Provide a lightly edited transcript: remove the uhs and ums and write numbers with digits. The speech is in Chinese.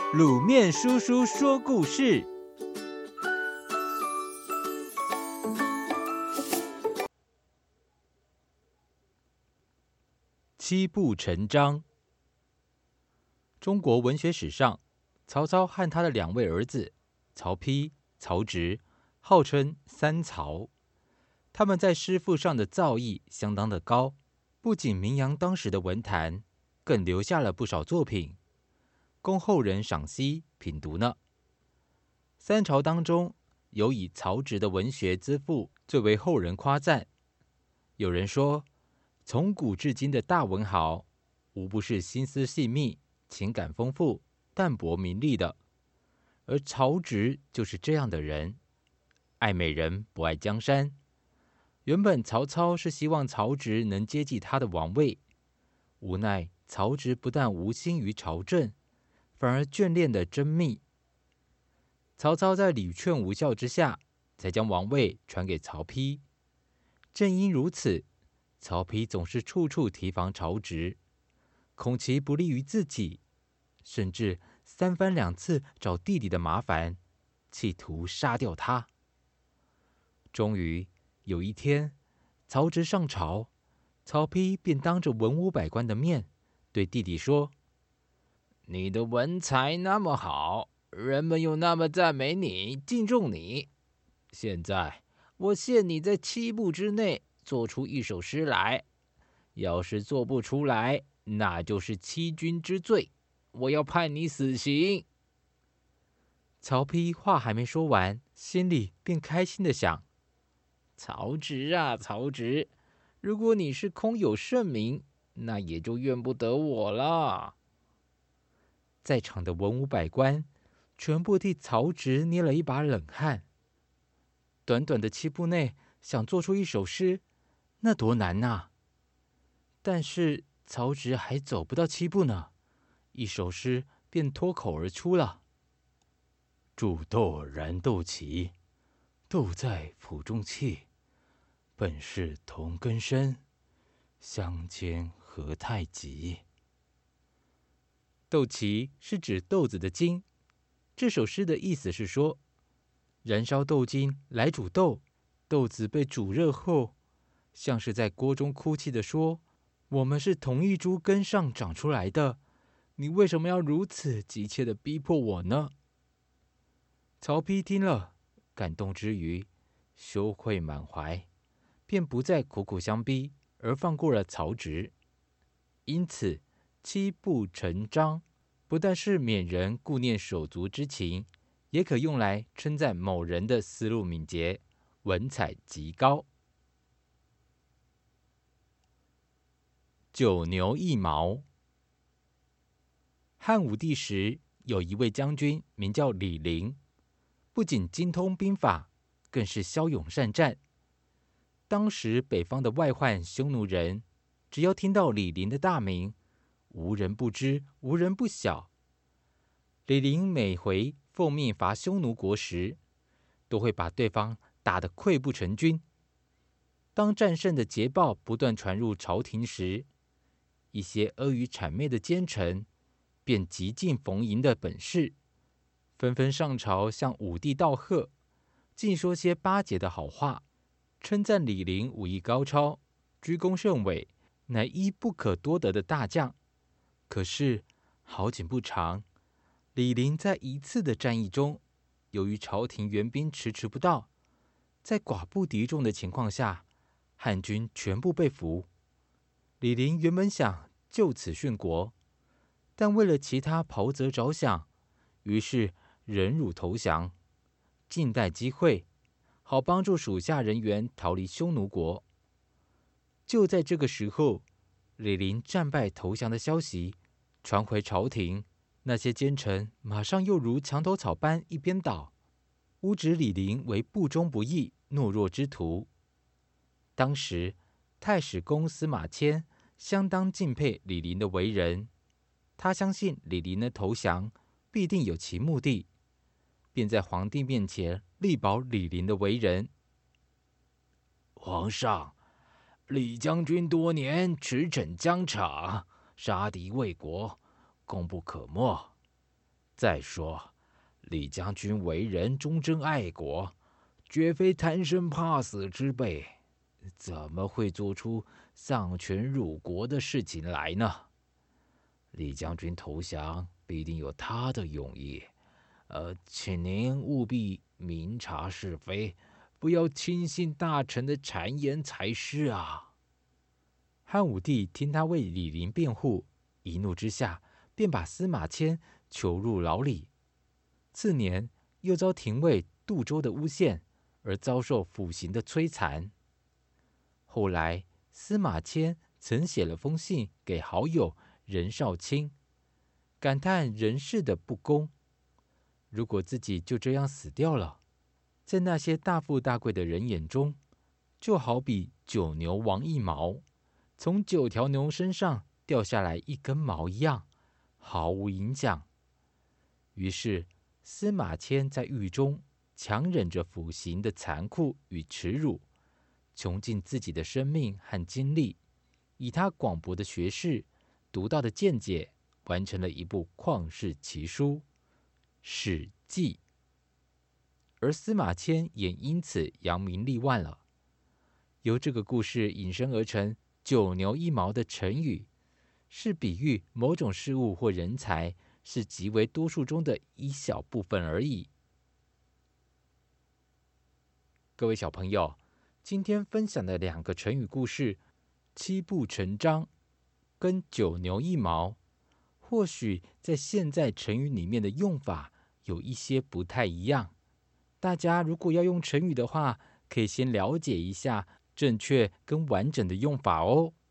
卤面叔叔说故事。七步成章。中国文学史上，曹操和他的2位儿子曹丕、曹植，号称三曹。他们在诗赋上的造诣相当的高，不仅名扬当时的文坛，更留下了不少作品，供后人赏析品读呢。三朝当中，有以曹植的文学资赋最为后人夸赞。有人说，从古至今的大文豪，无不是心思细密、情感丰富、淡泊名利的，而曹植就是这样的人，爱美人不爱江山。原本曹操是希望曹植能接济他的王位，无奈曹植不但无心于朝政，反而眷恋的甄宓。曹操在屡劝无效之下，才将王位传给曹丕。正因如此，曹丕总是处处提防曹植，恐其不利于自己，甚至3番2次找弟弟的麻烦，企图杀掉他。终于有一天，曹植上朝，曹丕便当着文武百官的面对弟弟说：“你的文采那么好，人们又那么赞美你、敬重你，现在我限你在7步之内做出一首诗来，要是做不出来，那就是欺君之罪，我要判你死刑。”曹丕话还没说完，心里便开心的想：曹植啊，曹植，如果你是空有盛名，那也就怨不得我了。在场的文武百官全部替曹植捏了一把冷汗。短短的7步内想做出一首诗，那多难啊！但是曹植还走不到7步呢，一首诗便脱口而出了：“煮豆燃豆萁，豆在釜中泣。本是同根生，相煎何太急。”豆萁是指豆子的茎。这首诗的意思是说，燃烧豆茎来煮豆，豆子被煮热后，像是在锅中哭泣的说：“我们是同一株根上长出来的，你为什么要如此急切的逼迫我呢？”曹丕听了，感动之余，羞愧满怀，便不再苦苦相逼，而放过了曹植。因此7步成章不但是勉人顾念手足之情，也可用来称赞某人的思路敏捷，文采极高。九牛一毛。汉武帝时，有一位将军名叫李陵，不仅精通兵法，更是骁勇善战。当时北方的外患匈奴人，只要听到李陵的大名，无人不知，无人不晓。李陵每回奉命伐匈奴国时，都会把对方打得溃不成军。当战胜的捷报不断传入朝廷时，一些阿谀谄媚的奸臣便极尽逢迎的本事，纷纷上朝向武帝道贺，尽说些巴结的好话，称赞李陵武艺高超，居功甚伟，乃一不可多得的大将。可是好景不长，李陵在一次的战役中，由于朝廷援兵迟迟不到，在寡不敌众的情况下，汉军全部被俘。李陵原本想就此殉国，但为了其他袍泽着想，于是忍辱投降，静待机会，好帮助属下人员逃离匈奴国。就在这个时候，李陵战败投降的消息传回朝廷，那些奸臣马上又如墙头草般一边倒，诬指李陵为不忠不义、懦弱之徒。当时太史公司马迁相当敬佩李陵的为人，他相信李陵的投降必定有其目的，便在皇帝面前力保李陵的为人。皇上，李将军多年驰骋疆场，杀敌为国，功不可没。 再说，李将军为人忠贞爱国，绝非贪生怕死之辈，怎么会做出丧权辱国的事情来呢？李将军投降必定有他的用意，请您务必明察是非，不要轻信大臣的谗言才是啊！汉武帝听他为李陵辩护，一怒之下，便把司马迁囚入牢里。次年，又遭廷尉杜周的诬陷，而遭受腐刑的摧残。后来，司马迁曾写了封信给好友任少卿，感叹人世的不公。如果自己就这样死掉了，在那些大富大贵的人眼中，就好比九牛亡一毛，从9条牛身上掉下来一根毛一样，毫无影响。于是，司马迁在狱中强忍着腐刑的残酷与耻辱，穷尽自己的生命和精力，以他广博的学识、独到的见解，完成了一部旷世奇书《史记》。而司马迁也因此扬名立万了。由这个故事引申而成“九牛一毛”的成语，是比喻某种事物或人才是极为多数中的一小部分而已。各位小朋友，今天分享的2个成语故事“七步成章”跟“九牛一毛”，或许在现在成语里面的用法有一些不太一样。大家如果要用成语的话，可以先了解一下正确跟完整的用法哦。